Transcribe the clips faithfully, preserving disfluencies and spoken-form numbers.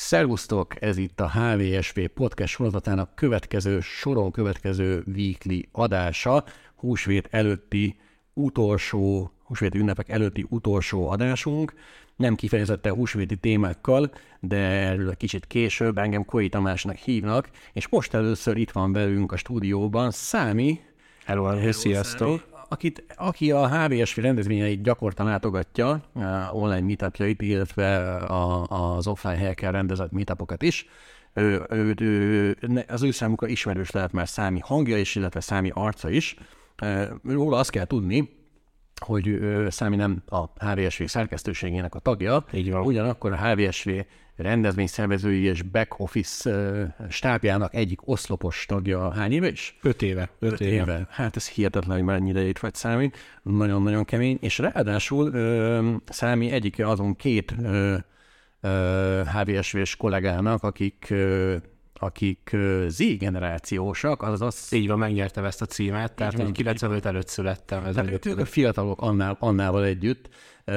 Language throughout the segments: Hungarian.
Szervusztok, ez itt a há vé es vé podcast sorozatának következő, soron következő weekly adása, húsvét előtti utolsó, húsvéti ünnepek előtti utolsó adásunk, nem kifejezetten húsvéti témákkal, de erről egy kicsit később engem Kói Tamásnak hívnak, és most először itt van velünk a stúdióban Számi. Hello, hello, sziasztok! Akit, aki a há vé es vé rendezvényeit gyakorta látogatja, online meetupjait, illetve a, az offline helyekkel rendezett meetupokat is. Ő, ő, ő, az ő számukra ismerős lehet már Számi hangja is, illetve Számi arca is. Róla azt kell tudni, hogy Számi nem a há vé es vé szerkesztőségének a tagja, így van. Ugyanakkor a há vé es vé rendezvényszervezői és back office stábjának egyik oszlopos tagja. Hány éve is? Öt éve. Öt, Öt éve. éve. Hát ez hihetetlen, hogy már ennyi idejét vagy Számi. Nagyon-nagyon kemény. És ráadásul ö, Számi egyike azon két ö, ö, há vé es vé-s kollégának, akik ö, akik Z-generációsak, azaz... Így van, megnyertem ezt a címet, tehát kilencvenöt előtt születtem. Ez tehát ők a fiatalok annál, annával együtt,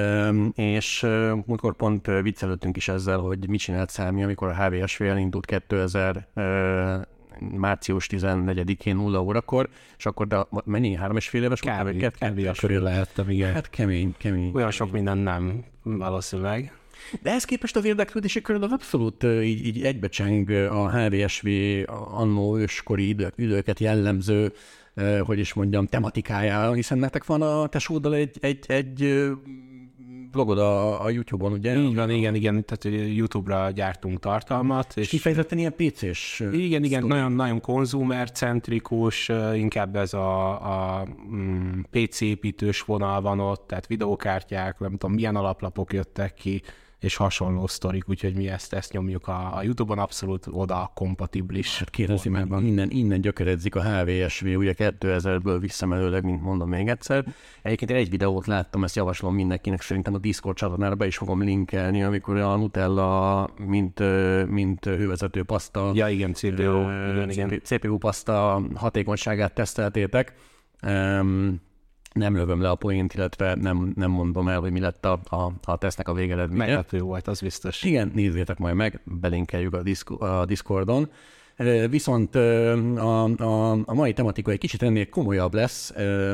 és múltkor pont viccelődtünk is ezzel, hogy mit csinált Számi, amikor a há vé es vé elindult kétezer március tizennegyedikén nulla órakor, és akkor de mennyi, három és fél éves? Kb. Kb. körül lehettem, igen. Hát kemény, kemény. Olyan sok minden nem, valószínűleg. De ehhez képest az érdeklődési körül az abszolút így, így egybecseng a há vé es vé annó őskori idő, időket jellemző, hogy is mondjam, tematikájára, hiszen nektek van a tesóddal egy, egy, egy vlogod a, a YouTube-on, ugye? Így van, igen, igen, tehát YouTube-ra gyártunk tartalmat. És kifejezetten ilyen pé cés. Igen, igen, nagyon, nagyon konzumercentrikus, inkább ez a, a pé cé építős vonal van ott, tehát videókártyák, nem tudom, milyen alaplapok jöttek ki, és hasonló sztorik, úgyhogy mi ezt, ezt nyomjuk a, a YouTube-on, abszolút oda kompatibilis. Hát kérdezi már, innen, innen gyökeredzik a há vé es vé, ugye kétezerből visszamelőleg, mint mondom még egyszer. Egyébként egy videót láttam, ezt javaslom mindenkinek, szerintem a Discord csatornára be is fogom linkelni, amikor a Nutella, mint, mint hővezető paszta, ja, igen, cé pé u, igen, igen. cé pé u paszta hatékonyságát teszteltétek. Um, Nem lövöm le a poént, illetve nem, nem mondom el, hogy mi lett a, a, a tesztnek a végeredménye. Meglepő volt, az biztos. Igen, nézzétek majd meg, belinkeljük a, diszk- a Discordon. Viszont a, a, a mai tematika egy kicsit ennél komolyabb lesz.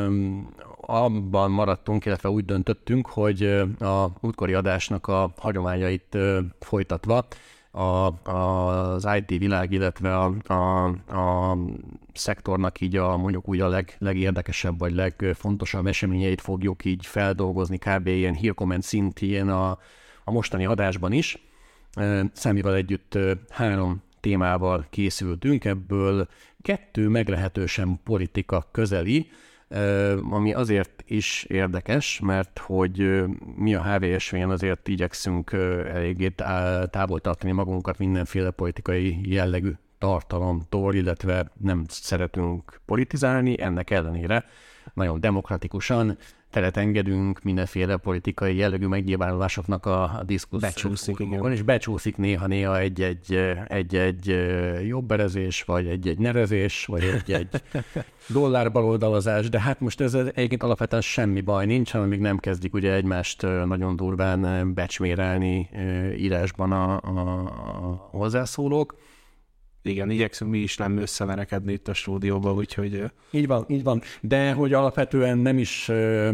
Abban maradtunk, illetve úgy döntöttünk, hogy a múltkori adásnak a hagyományait folytatva A, az i té világ, illetve a, a, a szektornak így a, mondjuk úgy a leg, legérdekesebb vagy legfontosabb eseményeit fogjuk így feldolgozni kb. Ilyen hírkomment szintén a, a mostani adásban is. Számival együtt három témával készültünk, ebből kettő meglehetősen politika közeli, ami azért is érdekes, mert hogy mi a há vé es vén azért igyekszünk eléggé távol tartani magunkat mindenféle politikai jellegű tartalomtól, illetve nem szeretünk politizálni, ennek ellenére nagyon demokratikusan teret engedünk mindenféle politikai jellegű megnyilvánulásoknak a, a diszkusszókon, és becsúszik néha-néha egy-egy, egy-egy jobberezés, vagy egy-egy nerezés, vagy egy-egy dollárbaloldalazás, de hát most ez egyébként alapvetően semmi baj nincs, hanem még nem kezdik ugye egymást nagyon durván becsmérelni írásban a, a, a hozzászólók. Igen, igyekszünk mi is nem összeverekedni itt a stúdióban, úgyhogy... Így van, így van. De hogy alapvetően nem is uh,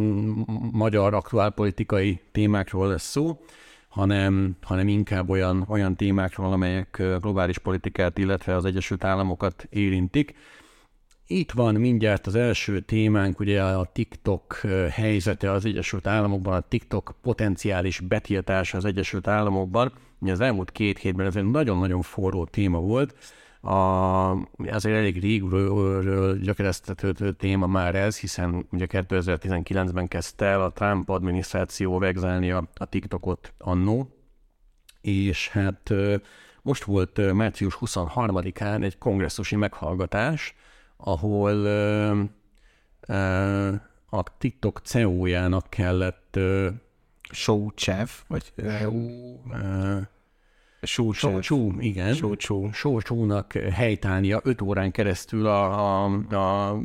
magyar aktuálpolitikai témákról lesz szó, hanem, hanem inkább olyan, olyan témákról, amelyek globális politikát, illetve az Egyesült Államokat érintik. Itt van mindjárt az első témánk, ugye a TikTok helyzete az Egyesült Államokban, a TikTok potenciális betiltása az Egyesült Államokban. Ugye az elmúlt két hétben ez egy nagyon-nagyon forró téma volt. A, azért elég régről gyökeresztető téma már ez, hiszen ugye kétezer-tizenkilencben kezdte el a Trump adminisztráció vegzálni a, a TikTokot annó, és hát most volt március huszonharmadikán egy kongresszusi meghallgatás, ahol uh, uh, a TikTok cé e ó-jának kellett uh, Shou-Chev, vagy uh, Shou-Chev, igen, Shou-Chev-nak helytálnia öt órán keresztül a, a, a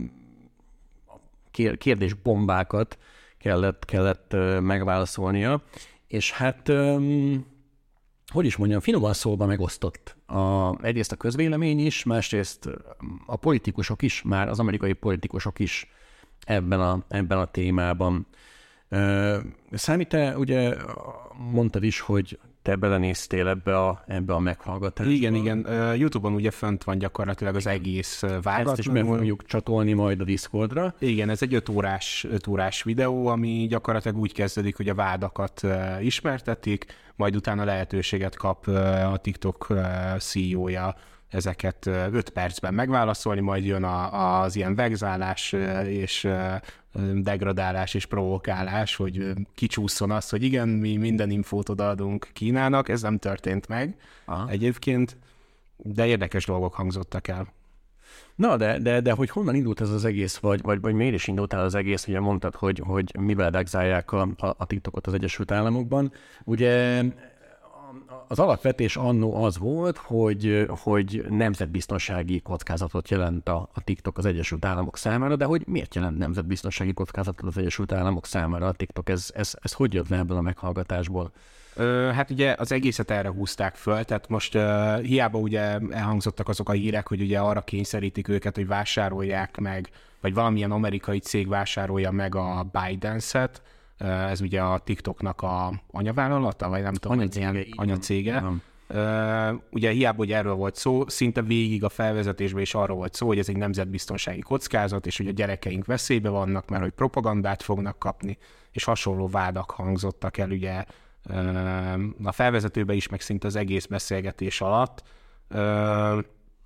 kérdésbombákat kellett, kellett uh, megválaszolnia, és hát um, hogy is mondjam, finoman szólva megosztott. A, egyrészt a közvélemény is, másrészt a politikusok is, már az amerikai politikusok is ebben a, ebben a témában. Számít, te ugye mondtad is, hogy te belenéztél ebbe a, ebbe a meghallgatásba. Igen, igen. YouTube-on ugye fönt van gyakorlatilag az egész vágat. Ezt is meg fogjuk csatolni majd a Discordra. Igen, ez egy öt órás, öt órás videó, ami gyakorlatilag úgy kezdődik, hogy a vádakat ismertetik, majd utána lehetőséget kap a TikTok cé e ó-ja ezeket öt percben megválaszolni, majd jön a, az ilyen vegzálás és degradálás és provokálás, hogy kicsúszson az, hogy igen, mi minden infót odaadunk Kínának, ez nem történt meg Aha. egyébként, de érdekes dolgok hangzottak el. Na, de, de, de hogy honnan indult ez az egész, vagy, vagy, vagy miért is indult el az egész, ugye mondtad, hogy, hogy mivel vegzálják a, a, a TikTokot az Egyesült Államokban. Ugye az alapvetés annó az volt, hogy, hogy nemzetbiztonsági kockázatot jelent a, a TikTok az Egyesült Államok számára, de hogy miért jelent nemzetbiztonsági kockázatot az Egyesült Államok számára a TikTok? Ez, ez, ez hogy jött le ebből a meghallgatásból? Ö, hát ugye az egészet erre húzták föl, tehát most uh, hiába ugye elhangzottak azok a hírek, hogy ugye arra kényszerítik őket, hogy vásárolják meg, vagy valamilyen amerikai cég vásárolja meg a ByteDance-et, ez ugye a TikToknak a anyavállalata, vagy nem tudom, anyacége. anyacége. Uh, ugye hiába, hogy erről volt szó, szinte végig a felvezetésben is arról volt szó, hogy ez egy nemzetbiztonsági kockázat, és hogy a gyerekeink veszélybe vannak, mert hogy propagandát fognak kapni, és hasonló vádak hangzottak el ugye uh, a felvezetőben is, meg szinte az egész beszélgetés alatt. Uh,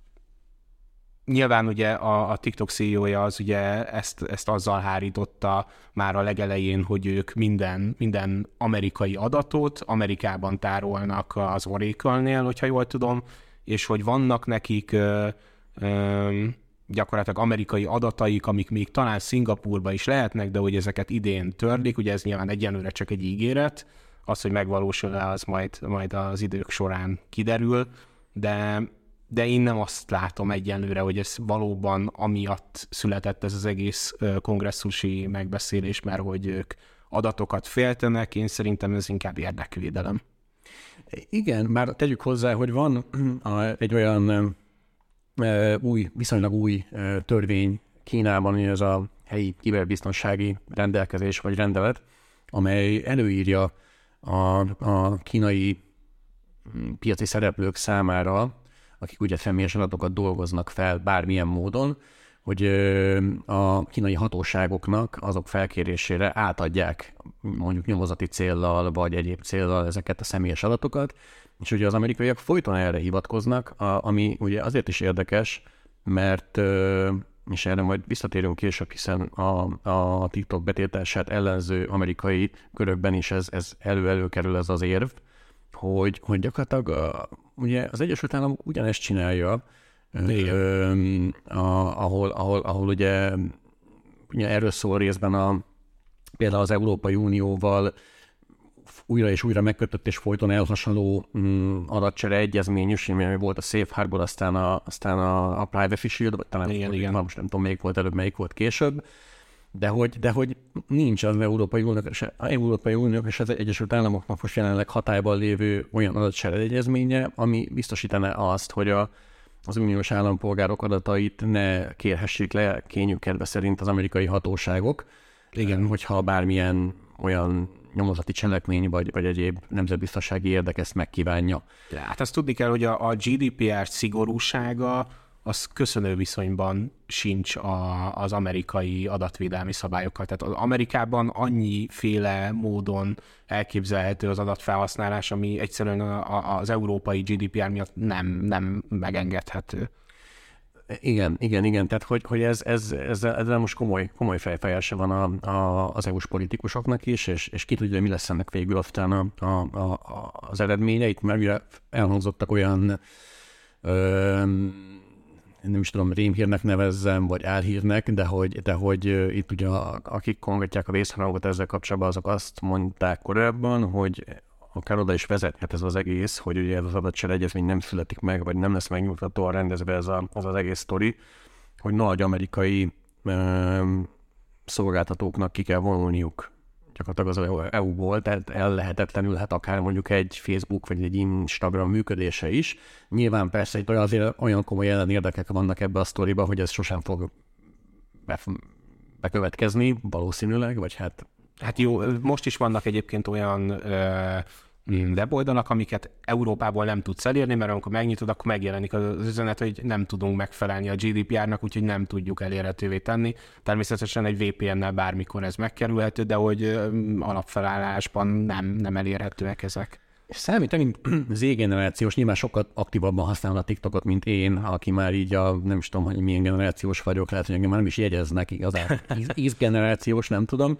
Nyilván ugye a, a TikTok cé e ó-ja az ugye ezt, ezt azzal hárította már a legelején, hogy ők minden, minden amerikai adatot Amerikában tárolnak az Oracle-nél, hogyha jól tudom, és hogy vannak nekik ö, ö, gyakorlatilag amerikai adataik, amik még talán Szingapúrba is lehetnek, de hogy ezeket idén törlik, ugye ez nyilván egyenlőre csak egy ígéret, az, hogy megvalósul-e, az majd, majd az idők során kiderül, de de én nem azt látom egyenlőre, hogy ez valóban amiatt született ez az egész kongresszusi megbeszélés, mert hogy ők adatokat féltenek, én szerintem ez inkább érdekvédelem. Igen, már tegyük hozzá, hogy van egy olyan új, viszonylag új törvény Kínában, hogy ez a helyi kiberbiztonsági rendelkezés vagy rendelet, amely előírja a, a kínai piaci szereplők számára, akik ugye személyes adatokat dolgoznak fel bármilyen módon, hogy a kínai hatóságoknak azok felkérésére átadják mondjuk nyomozati céllal, vagy egyéb céllal ezeket a személyes adatokat, és ugye az amerikaiak folyton erre hivatkoznak, ami ugye azért is érdekes, mert, és erre majd visszatérünk később, hiszen a, a TikTok betiltását ellenző amerikai körökben is ez, ez elő-elő kerül ez az érv, hogy, hogy gyakorlatilag a, ugye az Egyesült Államok ugyanezt csinálja, ö, a, ahol, ahol, ahol ugye, ugye erről szól részben a, például az Európai Unióval újra és újra megkötött és folyton elhasonló um, adatcsere egyezmény is, ami volt a Safe Harbor, aztán a, aztán a, a Privacy Shield, vagy talán igen, igen. most nem tudom, melyik volt előbb, melyik volt később, de hogy, de hogy nincs az Európai Uniónak, az Európai Uniónak és az Egyesült Államoknak most jelenleg hatályban lévő olyan adatcsere egyezménye, ami biztosítaná azt, hogy a, az uniós állampolgárok adatait ne kérhessék le kényük kedve szerint az amerikai hatóságok, igen, hogyha bármilyen olyan nyomozati cselekmény vagy, vagy egyéb nemzetbiztonsági érdek ezt megkívánja. Ja, hát azt tudni kell, hogy a, a gé dé pé er szigorúsága az köszönő viszonyban sincs a, az amerikai adatvédelmi szabályokkal. Tehát az Amerikában annyiféle módon elképzelhető az adatfelhasználás, ami egyszerűen a, a, az európai gé dé pé er miatt nem, nem megengedhető. Igen, igen, igen. Tehát, hogy, hogy ez, ez, ezzel, ezzel most komoly, komoly fejfájása van a, a, az é u-s politikusoknak is, és, és ki tudja, mi lesz ennek végül aztán a, a, a, az eredményeit, mert ugye elhangzottak olyan ö, nem is tudom, rémhírnek nevezzem, vagy álhírnek, de hogy, de hogy itt ugye akik kongatják a vészharangot ezzel kapcsolatban, azok azt mondták korábban, hogy akár oda is vezethet ez az egész, hogy ugye ez az adatcsere egyezmény nem születik meg, vagy nem lesz megnyugtatóan rendezve ez a, az, az egész sztori, hogy nagy amerikai ö, szolgáltatóknak ki kell vonulniuk gyakorlatilag az é u-ból, tehát ellehetetlenülhet akár mondjuk egy Facebook vagy egy Instagram működése is. Nyilván persze itt azért olyan komoly ellenérdekek vannak ebbe a sztoriba, hogy ez sosem fog bekövetkezni valószínűleg, vagy hát... Hát jó, most is vannak egyébként olyan ö, weboldalak, amiket Európából nem tudsz elérni, mert amikor megnyitod, akkor megjelenik az üzenet, hogy nem tudunk megfelelni a gé dé pé er-nak, úgyhogy nem tudjuk elérhetővé tenni. Természetesen egy vé pé en-nel bármikor ez megkerülhető, de hogy ö, alapfelállásban nem, nem elérhetőek ezek. Számít, Z-generációs, nyilván sokkal aktívabban használom a TikTokot, mint én, aki már így a, nem is tudom, hogy milyen generációs vagyok, lehet, hogy engem már nem is jegyeznek igazán. Z-generációs, nem tudom.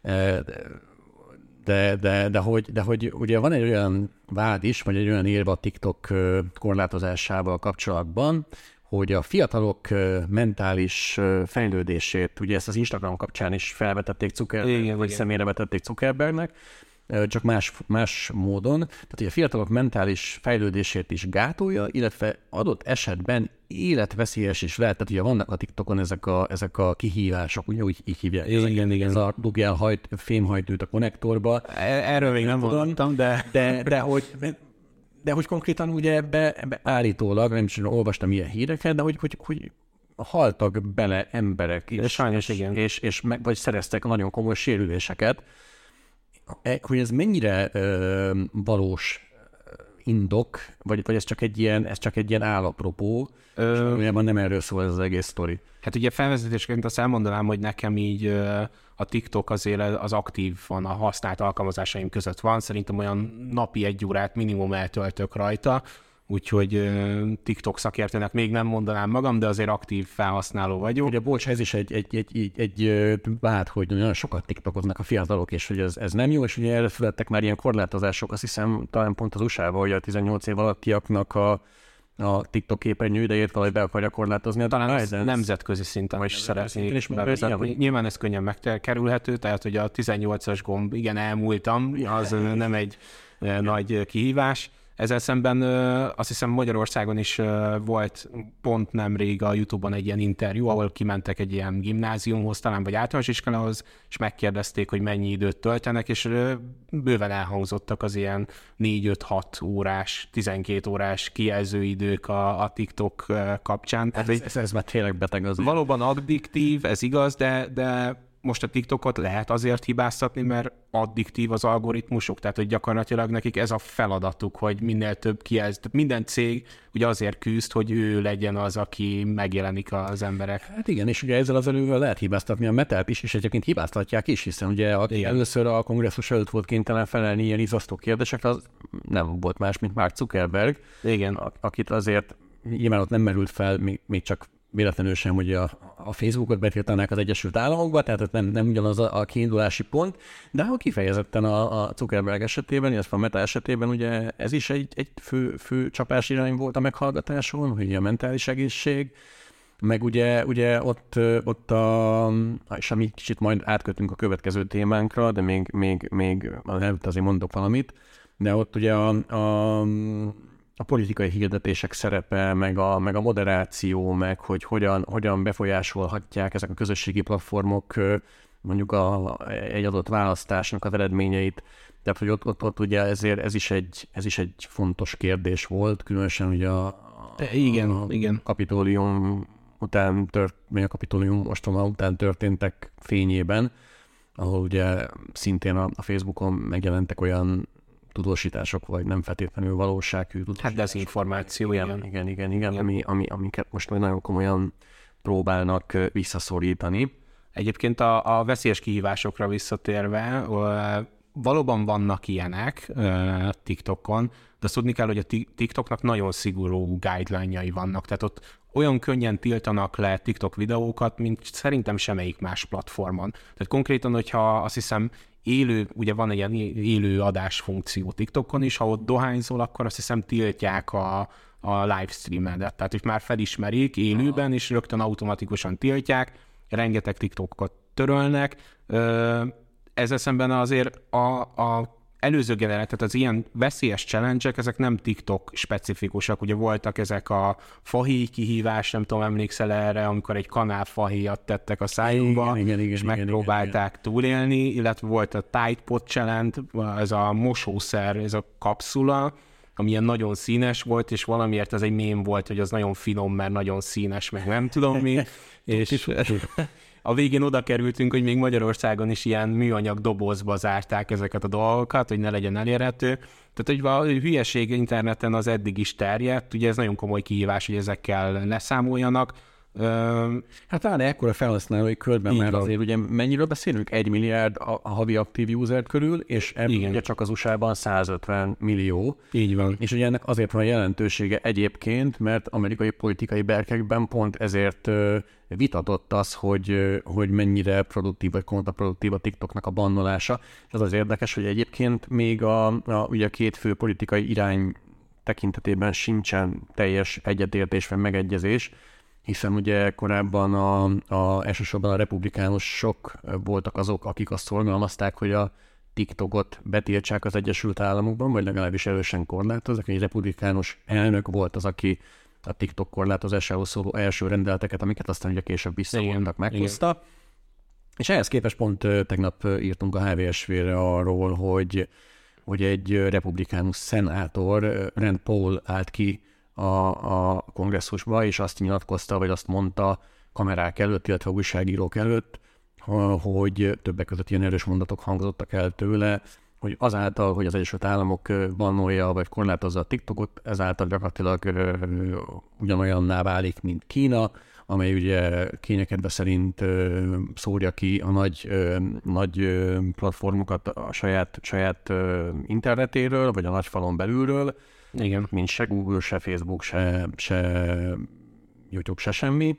De, de, de, hogy, de hogy ugye van egy olyan vád is, vagy egy olyan érve a TikTok korlátozásával kapcsolatban, hogy a fiatalok mentális fejlődését, ugye ezt az Instagram kapcsán is felvetették Zuckerberg, vagy személyre vetették Zuckerbergnek, csak más, más módon. Tehát, hogy a fiatalok mentális fejlődését is gátolja, illetve adott esetben életveszélyes is lehet. Tehát ugye vannak a TikTokon ezek a, ezek a kihívások, ugye úgy így hívják. Igen, igen. Ez a dugjál hajt, fémhajtőt a konnektorba. Erről még nem mondtam, de... de... De hogy... De hogy konkrétan ugye ebbe, ebbe állítólag, nem is olvastam ilyen híreket, de hogy, hogy, hogy haltak bele emberek is. De sajnos igen. És, és meg, vagy szereztek nagyon komoly sérüléseket. Hogy ez mennyire ö, valós indok, vagy, vagy ez csak egy ilyen, ez csak egy ilyen állapropó, és valójában nem erről szól ez az egész sztori. Hát ugye felvezetésként azt elmondanám, hogy nekem így a TikTok azért az aktív van, a használt alkalmazásaim között van, szerintem olyan napi egy órát minimum eltöltök rajta, úgyhogy TikTok szakértőnek még nem mondanám magam, de azért aktív felhasználó vagyok. Ugye bocs, ez is egy, egy, egy, egy, egy vád, hogy nagyon sokat TikTokoznak a fiatalok, és hogy ez, ez nem jó, és ugye erre születtek már ilyen korlátozások, azt hiszem talán pont az u es á-ban, hogy a tizennyolc év alattiaknak a, a TikTok képernyő idejét valahogy be akarja korlátozni. Talán ez nemzetközi szinten is szeretnék bevezetni. Nyilván ez könnyen megkerülhető, tehát hogy a tizennyolcas gomb, igen, elmúltam, az nem egy nagy kihívás. Ezzel szemben azt hiszem Magyarországon is volt pont nemrég a YouTube-on egy ilyen interjú, ahol kimentek egy ilyen gimnáziumhoz, talán vagy általános iskolához, és megkérdezték, hogy mennyi időt töltenek, és bőven elhangzottak az ilyen négy-öt-hat órás, tizenkét órás kijelzőidők a, a TikTok kapcsán. Ez, ez, ez már tényleg beteg az. Valóban addiktív, ez igaz, de, de most a TikTokot lehet azért hibáztatni, mert addiktív az algoritmusok, tehát hogy gyakorlatilag nekik ez a feladatuk, hogy minél több kijelz. Tehát minden cég ugye azért küzd, hogy ő legyen az, aki megjelenik az emberek. Hát igen, és ugye ezzel az elővel lehet hibáztatni a Metát is, és egyébként hibáztatják is, hiszen ugye aki először a kongresszus előtt volt kénytelen felelni ilyen izasztó kérdésekre, az nem volt más, mint Mark Zuckerberg, igen. akit azért nyilván ott nem merült fel, még, még csak véletlenül sem, hogy a, a Facebookot betiltanák az Egyesült Államokba, tehát nem, nem ugyanaz a, a kiindulási pont, de ha kifejezetten a, a Zuckerberg esetében, illetve a Meta esetében ugye ez is egy, egy fő, fő csapás irány volt a meghallgatáson, hogy a mentális egészség, meg ugye, ugye ott, ott a, és ami kicsit majd átkötünk a következő témánkra, de még, még, még előtt azért mondok valamit, de ott ugye a, a a politikai hirdetések szerepe, meg a, meg a moderáció, meg hogy hogyan, hogyan befolyásolhatják ezek a közösségi platformok mondjuk a, egy adott választásnak az eredményeit. Tehát, hogy ott, ott, ott ugye ezért ez is, egy, ez is egy fontos kérdés volt, különösen ugye a, a, igen, a igen. Kapitólium után tört, vagy a Kapitólium ostoma után történtek fényében, ahol ugye szintén a, a Facebookon megjelentek olyan tudósítások, vagy nem feltétlenül valósághű tudósítások. Hát dezinformáció, igen. Igen, igen, igen, igen ami, ami, amiket most nagyon komolyan próbálnak visszaszorítani. Egyébként a, a veszélyes kihívásokra visszatérve, valóban vannak ilyenek TikTokon, de azt tudni kell, hogy a TikToknak nagyon szigorú guideline-jai vannak, tehát ott olyan könnyen tiltanak le TikTok videókat, mint szerintem semmelyik más platformon. Tehát konkrétan, hogyha azt hiszem élő, ugye van egy ilyen élő adás funkció TikTokon is, ha ott dohányzol, akkor azt hiszem tiltják a, a livestreamedet. Tehát, hogy már felismerik élőben, és rögtön automatikusan tiltják, rengeteg TikTokot törölnek. Ezzel szemben azért a, a előző generáció, tehát az ilyen veszélyes challenge-ek, ezek nem TikTok specifikusak. Ugye voltak ezek a fahéj kihívás, nem tudom, emlékszel erre, amikor egy kanál fahéjat tettek a szájukba, igen, igen, igen, és igen, megpróbálták igen, igen. túlélni, illetve volt a Tide Pod Challenge, ez a mosószer, ez a kapszula, ami ilyen nagyon színes volt, és valamiért ez egy mém volt, hogy az nagyon finom, mert nagyon színes, meg nem tudom mi, és a végén oda kerültünk, hogy még Magyarországon is ilyen műanyag dobozba zárták ezeket a dolgokat, hogy ne legyen elérhető. Tehát, hogy a hülyeség interneten az eddig is terjedt, ugye ez nagyon komoly kihívás, hogy ezekkel leszámoljanak. Hát áll ekkora felhasználói körben, mert azért ugye mennyiről beszélünk? Egy milliárd a, a havi aktív user körül, és ebből ugye csak az u es á-ban százötven millió. Így van. És ugye ennek azért van jelentősége egyébként, mert amerikai politikai berkekben pont ezért ö, vitatott az, hogy, hogy mennyire produktív vagy kontraproduktív a TikToknak a bannolása. És az az érdekes, hogy egyébként még a, a, ugye a két fő politikai irány tekintetében sincsen teljes egyetértés vagy megegyezés, hiszen ugye korábban a, a, elsősorban a republikánusok voltak azok, akik azt szorgalmazták, hogy a TikTokot betiltsák az Egyesült Államokban, vagy legalábbis erősen korlátozzák. Egy republikánus elnök volt az, aki a TikTok korlátozásához szóló első rendeleteket, amiket aztán ugye később visszavontak, meghozta. És ehhez képest pont tegnap írtunk a há vé es vé-re arról, hogy, hogy egy republikánus szenátor, Rand Paul állt ki a, a kongresszusba, és azt nyilatkozta, vagy azt mondta kamerák előtt, illetve újságírók előtt, hogy többek között ilyen erős mondatok hangzottak el tőle, hogy azáltal, hogy az Egyesült Államok bannolja, vagy korlátozza a TikTokot, ezáltal gyakorlatilag ö, ugyanolyanná válik, mint Kína, amely ugye kényekedve szerint ö, szórja ki a nagy, ö, nagy ö, platformokat a saját, saját ö, internetéről, vagy a nagy falon belülről. Igen. Mint se Google, se Facebook, se, se YouTube, se semmi.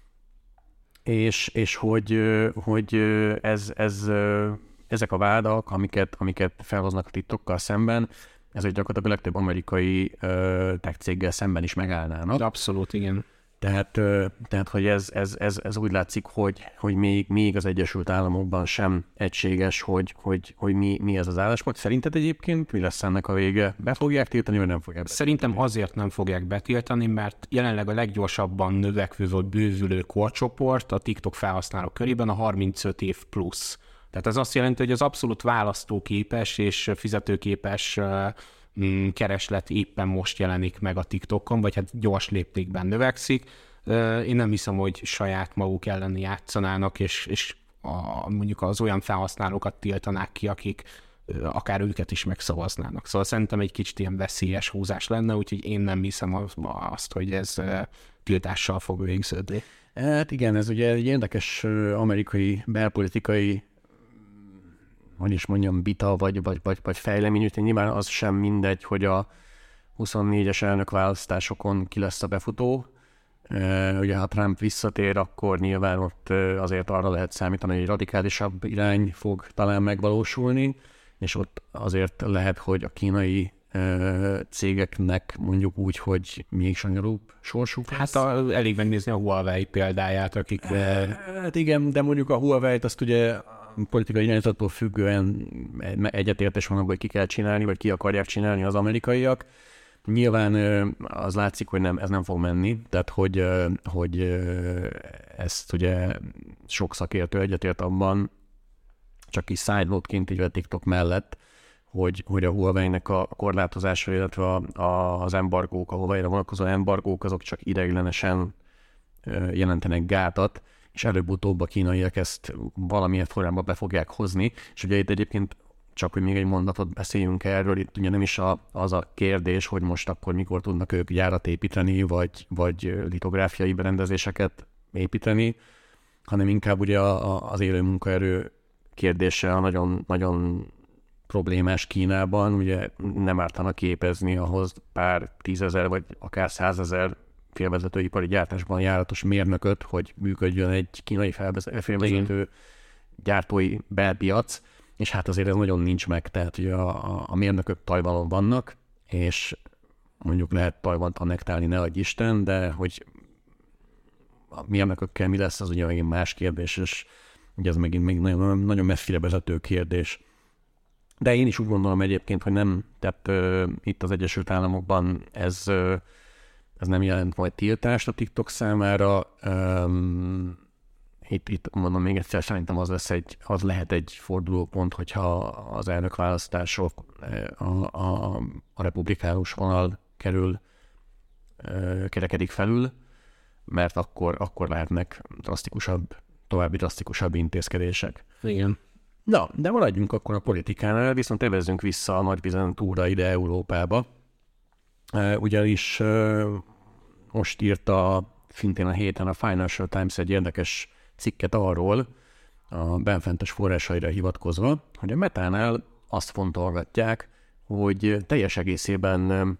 És, és hogy, hogy ez, ez, ezek a vádak, amiket, amiket felhoznak a TikTokkal szemben, ezek gyakorlatilag a legtöbb amerikai tech céggel szemben is megállnának. Abszolút, igen. Tehát, tehát hogy ez, ez, ez, ez úgy látszik, hogy, hogy még, még az Egyesült Államokban sem egységes, hogy, hogy, hogy mi, mi ez az álláspont. Szerinted egyébként mi lesz ennek a vége? Be fogják tiltani, vagy nem fogják betiltani? Szerintem azért nem fogják betiltani, mert jelenleg a leggyorsabban növekvő vagy bővülő korcsoport a TikTok felhasználók körében a harmincöt év plusz. Tehát ez azt jelenti, hogy az abszolút választóképes és fizetőképes kereslet éppen most jelenik meg a TikTokon, vagy hát gyors léptékben növekszik. Én nem hiszem, hogy saját maguk ellen játszanának, és, és a, mondjuk az olyan felhasználókat tiltanák ki, akik akár őket is megszavaznának. Szóval szerintem egy kicsit ilyen veszélyes húzás lenne, úgyhogy én nem hiszem azt, hogy ez tiltással fog végződni. Hát igen, ez ugye egy érdekes amerikai belpolitikai, hogy is mondjam, vita, vagy, vagy, vagy, vagy fejlemény, úgyhogy nyilván az sem mindegy, hogy a huszonnégyes elnökválasztásokon ki lesz a befutó. E, ugye ha Trump visszatér, akkor nyilván ott azért arra lehet számítani, hogy egy radikálisabb irány fog talán megvalósulni, és ott azért lehet, hogy a kínai e, cégeknek mondjuk úgy, hogy még sanyarúbb sorsuk lesz. Hát a, elég megnézni a Huawei példáját, akik... E, hát igen, de mondjuk a Huawei-t azt ugye politikai irányzattól függően egyetértés van abban, hogy ki kell csinálni, vagy ki akarják csinálni az amerikaiak. Nyilván az látszik, hogy nem, ez nem fog menni, tehát hogy, hogy ezt ugye sok szakértő egyetért abban, csak is side note-ként így a TikTok mellett, hogy, hogy a Huawei-nek a korlátozása, illetve a, a, az embargók, a Huawei-ra vonatkozó embargók, azok csak ideiglenesen jelentenek gátat, és előbb-utóbb a kínaiak ezt valamilyen formában be fogják hozni, és ugye itt egyébként csak, hogy még egy mondatot beszéljünk erről, itt ugye nem is a, az a kérdés, hogy most akkor mikor tudnak ők gyárat építeni, vagy, vagy litográfiai berendezéseket építeni, hanem inkább ugye a, a, az élő munkaerő kérdése a nagyon, nagyon problémás Kínában, ugye nem ártana képezni ahhoz pár tízezer, vagy akár százezer félvezetőipari gyártásban járatos mérnököt, hogy működjön egy kínai félvezető gyártói belpiac, és hát azért ez nagyon nincs meg, tehát ugye a, a, a mérnökök Tajvanon vannak, és mondjuk lehet Tajvant annektálni, ne adj Isten, de hogy a mérnökökkel mi lesz, az ugye megint más kérdés, és ugye ez megint még nagyon, nagyon messzire vezető kérdés. De én is úgy gondolom egyébként, hogy nem, tehát uh, itt az Egyesült Államokban ez, uh, ez nem jelent majd tiltást a TikTok számára. Um, itt, itt mondom még egyszer, szerintem az, lesz egy, az lehet egy fordulópont, hogyha az elnökválasztások a, a, a republikánus vonal kerül, uh, kerekedik felül, mert akkor, akkor lehetnek drasztikusabb, további drasztikusabb intézkedések. Igen. Na, de maradjunk akkor a politikánál, viszont evezzünk vissza a nagyvizen túlra ide Európába. Ugyanis most írta szintén a héten a Financial Times egy érdekes cikket arról, a benfentes forrásaira hivatkozva, hogy a Metánál azt fontolgatják, hogy teljes egészében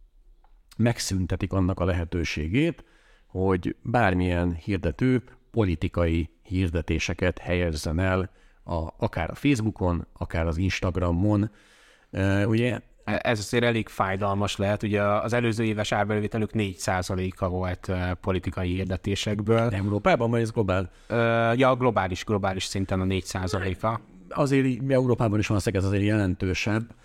megszüntetik annak a lehetőségét, hogy bármilyen hirdető politikai hirdetéseket helyezzen el a, akár a Facebookon, akár az Instagramon. Uh, ugye? Ez azért elég fájdalmas lehet. Ugye az előző éves árbevételük négy százaléka volt uh, politikai hirdetésekből. Európában, vagy ez globál? Uh, ja, globális, globális szinten a négy százaléka. Azért Európában is van ez azért jelentősebb.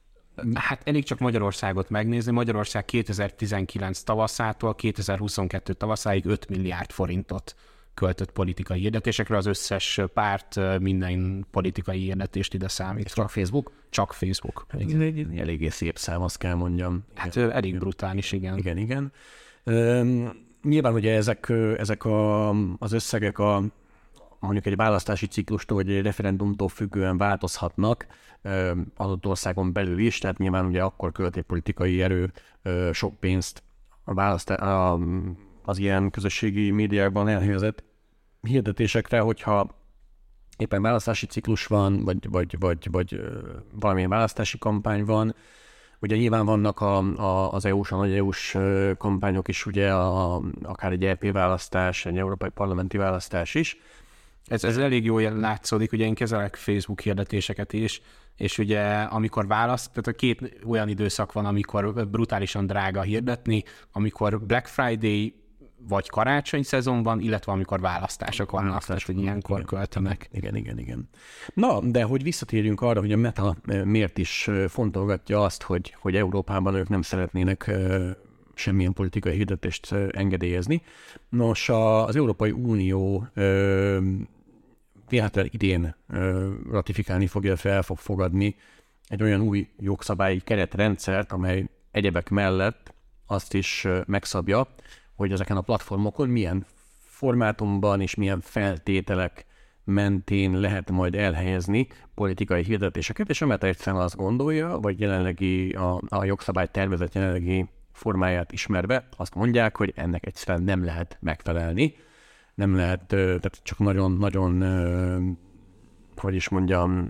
Hát elég csak Magyarországot megnézni. Magyarország kétezer-tizenkilenc tavaszától kétezer-huszonkettő tavaszáig öt milliárd forintot költött politikai hirdetésekre, az összes párt minden politikai hirdetést ide számít. Csak Facebook? Csak Facebook. Ez egy eléggé szép szám, azt kell mondjam. Hát igen. Elég brutális, igen. Igen, igen. Üm, nyilván ugye ezek, ezek a, az összegek a, mondjuk egy választási ciklustól, vagy egy referendumtól függően változhatnak adott országon belül is, tehát nyilván ugye akkor költ egy politikai erő sok pénzt a választás, a, az ilyen közösségi médiákban elhelyezett hirdetésekre, hogyha éppen választási ciklus van, vagy, vagy, vagy, vagy valamilyen választási kampány van. Ugye nyilván vannak a, a, az é u-s, a nagy é u-s kampányok is, ugye a, akár egy é pé választás, egy európai parlamenti választás is. Ez, ez elég jól látszódik, ugye én kezelek Facebook hirdetéseket is, és ugye amikor választ, tehát a két olyan időszak van, amikor brutálisan drága hirdetni, amikor Black Friday vagy karácsony szezonban, illetve amikor választások vannak, választás, hogy ilyenkor igen, költenek. Igen, igen, igen. Na, de hogy visszatérjünk arra, hogy a Meta miért is fontolgatja azt, hogy, hogy Európában ők nem szeretnének semmilyen politikai hirdetést engedélyezni. Nos, az Európai Unió véletlenül idén ratifikálni fogja, fel fog fogadni egy olyan új jogszabályi keretrendszert, amely egyebek mellett azt is megszabja, hogy ezeken a platformokon milyen formátumban és milyen feltételek mentén lehet majd elhelyezni politikai hirdetéseket, és a Meta egyszerűen azt gondolja, vagy jelenlegi a, a jogszabály tervezett jelenlegi formáját ismerve, azt mondják, hogy ennek egyszerűen nem lehet megfelelni. Nem lehet, tehát csak nagyon-nagyon, hogy is mondjam...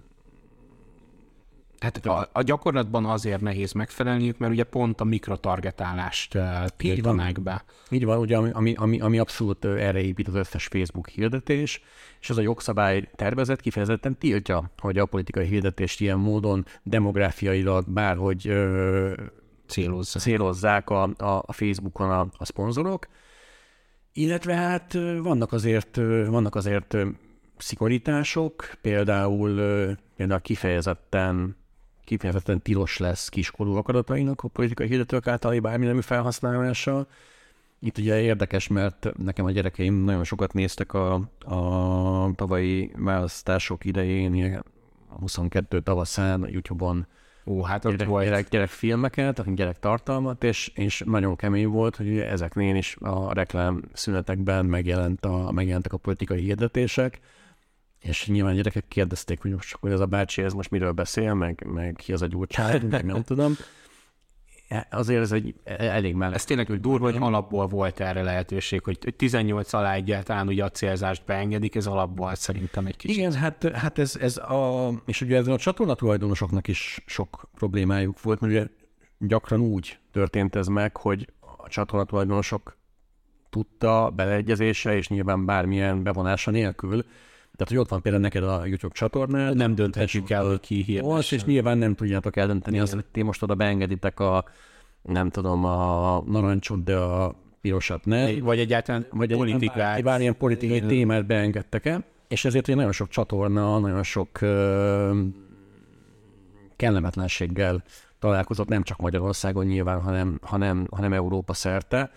Hát a, a gyakorlatban azért nehéz megfelelniük, mert ugye pont a mikrotargetálást tiltanák be. Így van, ugye, ami, ami, ami abszolút erre épít az összes Facebook hirdetés, és ez a jogszabály tervezet kifejezetten tiltja, hogy a politikai hirdetést ilyen módon demográfiailag bárhogy ö, Célozza. célozzák a, a, a Facebookon a, a szponzorok. Illetve hát vannak azért, vannak azért szigorítások, például, például kifejezetten, kifejezetten tilos lesz kiskorúak adatainak a politikai hirdetők által bármi nemű felhasználása. Itt ugye érdekes, mert nekem a gyerekeim nagyon sokat néztek a, a tavalyi választások idején, a huszonkettő tavaszán a YouTube-on Ó, hát ott gyerek, volt. gyerek, gyerek filmeket, gyerek tartalmat, és, és nagyon kemény volt, hogy ezeknél is a reklám szünetekben megjelent a, megjelentek a politikai hirdetések, és nyilván gyerekek kérdezték, hogy most hogy ez a bácsi, ez most miről beszél, meg, meg ki az a Gyurcsány, meg nem tudom. Azért ez egy elég mellett. Ez tényleg hogy durva, hogy alapból volt erre lehetőség, hogy tizennyolc alá egyáltalán ugye a célzást beengedik, ez alapból szerintem egy kicsit. Igen, hát, hát ez, ez a, és ugye ezen a csatorna tulajdonosoknak is sok problémájuk volt, mert ugye gyakran úgy történt ez meg, hogy a csatorna tulajdonosok tudta beleegyezése, és nyilván bármilyen bevonása nélkül. Tehát, hogy ott van például neked a YouTube csatornád, nem dönthetjük el, hogy ki hirdessen. És nyilván nem tudjátok eldönteni azt, hogy ti most oda beengeditek a, nem tudom, a narancsot, de a pirosat ne. Vagy egyáltalán vagy politikát. Egy bármilyen politikai én... témát beengedtek el, és ezért ugye nagyon sok csatorna, nagyon sok uh, kellemetlenséggel találkozott, nem csak Magyarországon nyilván, hanem, hanem, hanem Európa szerte.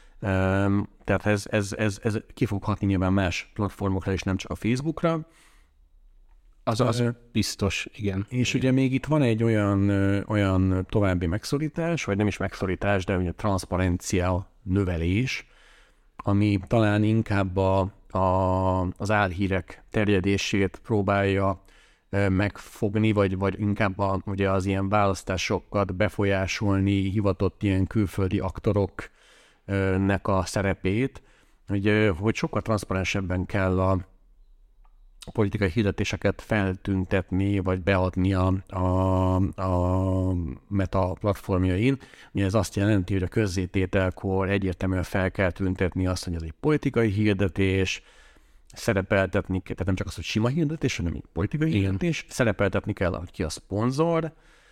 Tehát ez, ez, ez, ez ki fog hatni nyilván más platformokra, és nem csak a Facebookra. Az, az uh, biztos, igen. És igen. ugye még itt van egy olyan, olyan további megszorítás, vagy nem is megszorítás, de ugye transzparencia növelés, ami talán inkább a, a, az álhírek terjedését próbálja megfogni, vagy, vagy inkább a, ugye az ilyen választásokat befolyásolni hivatott ilyen külföldi aktoroknak a szerepét, hogy, hogy sokkal transzparensebben kell a a politikai hirdetéseket feltüntetni, vagy beadni a, a, a Meta platformjain. Ugye ez azt jelenti, hogy a közzétételkor egyértelműen fel kell tüntetni azt, hogy ez egy politikai hirdetés, szerepeltetni, tehát nem csak az, hogy sima hirdetés, hanem egy politikai Igen. hirdetés, szerepeltetni kell, hogy ki a szponzor.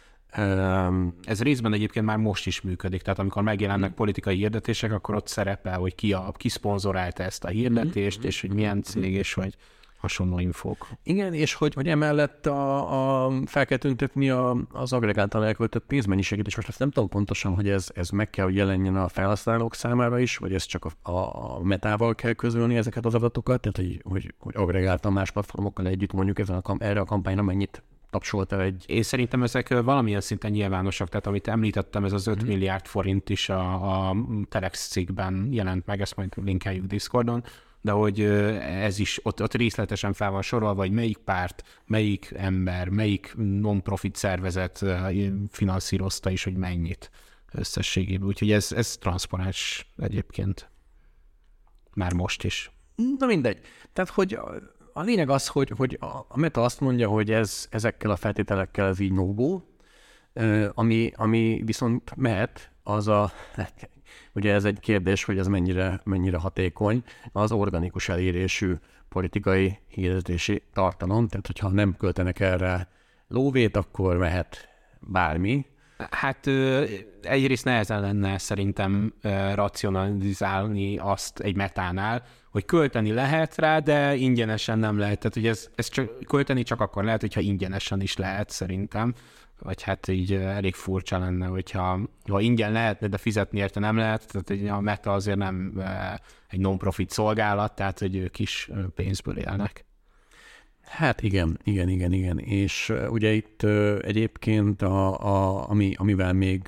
Um, ez részben egyébként már most is működik, tehát amikor megjelennek mm. politikai hirdetések, akkor ott szerepel, hogy ki, a, ki szponzorálta ezt a hirdetést, mm. és hogy milyen cég, és hogy hasonló infók. Igen, és hogy, hogy emellett a, a, fel kell tüntetni a, az agregáltan elköltött pénzmennyiséget, és most ezt nem tudom pontosan, hogy ez, ez meg kell, hogy jelenjen a felhasználók számára is, vagy ez csak a, a, a Metával kell közölni ezeket az adatokat, tehát hogy, hogy, hogy agregáltan más platformokkal együtt mondjuk ezen a, erre a kampányra mennyit tapsolta egy... Én szerintem ezek valamilyen szinten nyilvánosak, tehát amit említettem, ez az öt mm. milliárd forint is a, a Telex cikkben jelent meg, ezt majd linkeljük Discordon, de hogy ez is ott, ott részletesen fel van sorolva, hogy melyik párt, melyik ember, melyik non-profit szervezet finanszírozta is, hogy mennyit összességében. Úgyhogy ez, ez transzparens egyébként. Már most is. Na mindegy. Tehát, hogy a, a lényeg az, hogy, hogy a Meta azt mondja, hogy ez ezekkel a feltételekkel ez így no-go, ami, ami viszont mehet, az a... Ugye ez egy kérdés, hogy ez mennyire, mennyire hatékony az organikus elérésű politikai hirdetési tartalom, tehát hogyha nem költenek erre lóvét, akkor mehet bármi. Hát egyrészt nehezen lenne szerintem racionalizálni azt egy Metánál, hogy költeni lehet rá, de ingyenesen nem lehet. Tehát ugye ez, ez csak, költeni csak akkor lehet, hogyha ingyenesen is lehet szerintem. Vagy hát így elég furcsa lenne, hogyha ha ingyen lehetne, de fizetni érte nem lehet. Tehát a Meta azért nem egy non-profit szolgálat, tehát hogy ők is pénzből élnek. Hát igen, igen, igen, igen. És ugye itt egyébként, a, a, ami, amivel még,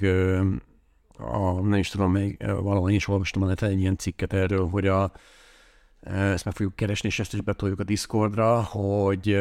a, nem is tudom, még valahol én is olvastam a neten egy ilyen cikket erről, hogy a, ezt meg fogjuk keresni, és ezt is betoljuk a Discordra, hogy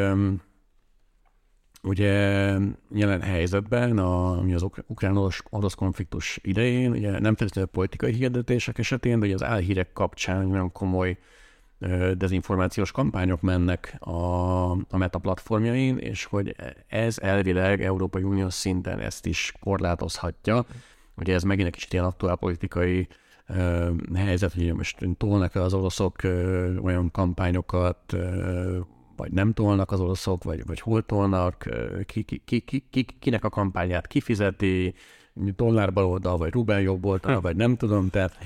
ugye jelen helyzetben, a, ami az ukrán-orosz konfliktus idején, ugye nem feltétlenül politikai hirdetések esetén, de ugye az álhírek kapcsán nagyon komoly dezinformációs kampányok mennek a, a Meta platformjain, és hogy ez elvileg Európai Uniós szinten ezt is korlátozhatja. Ugye ez megint egy kicsit ilyen aktuál politikai uh, helyzet, hogy most tolnak az oroszok uh, olyan kampányokat, uh, vagy nem tolnak az oroszok, vagy, vagy hol tolnak, ki, ki, ki, ki, ki, kinek a kampányát kifizeti, dollár baloldal, vagy rubel jobb oldal, vagy nem tudom, tehát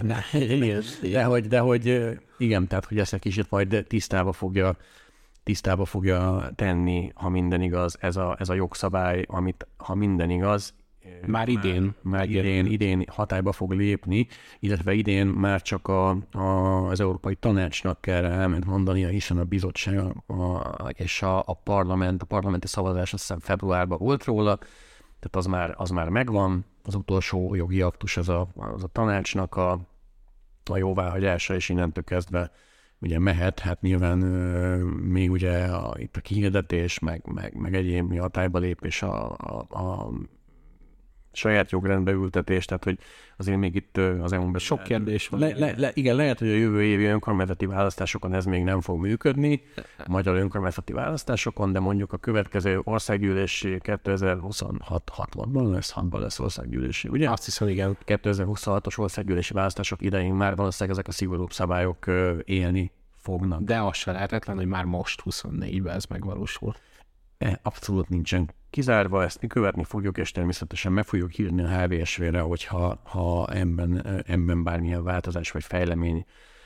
de hogy, de hogy igen, tehát hogy ezt egy kicsit majd tisztába fogja, tisztába fogja tenni, ha minden igaz, ez a, ez a jogszabály, amit ha minden igaz, már idén, már idén, idén hatályba fog lépni, illetve idén már csak a, a, az Európai Tanácsnak kell elment mondania, hiszen a bizottság a, a, és a, a parlament, a parlamenti szavazás azt hiszem februárban volt róla, tehát az már, az már megvan, az utolsó jogi aktus az a, az a tanácsnak a, a jóváhagyása, és innentől kezdve ugye mehet, hát nyilván euh, még ugye a, itt a kihirdetés, meg, meg, meg egyéb hatályba lépés a, a, a saját jogrendbe ültetés, tehát hogy azért még itt az é u-ban sok kérdés van. Le, le, le, igen, lehet, hogy a jövő évi önkormányzati választásokon ez még nem fog működni, magyar önkormányzati választásokon, de mondjuk a következő országgyűlési kétezer-huszonhatban lesz, hatban lesz országgyűlési, ugye? Azt hiszem, igen. kétezer-huszonhatos országgyűlési választások idején már valószínűleg ezek a szigorúbb szabályok élni fognak. De az se lehetetlen, hogy már most huszonnégyben ez megvalósul. Abszolút nincsen kizárva, ezt mi követni fogjuk, és természetesen meg fogjuk hívni a há vé es vé-re, hogyha ha ebben, ebben bármilyen változás vagy fejlemény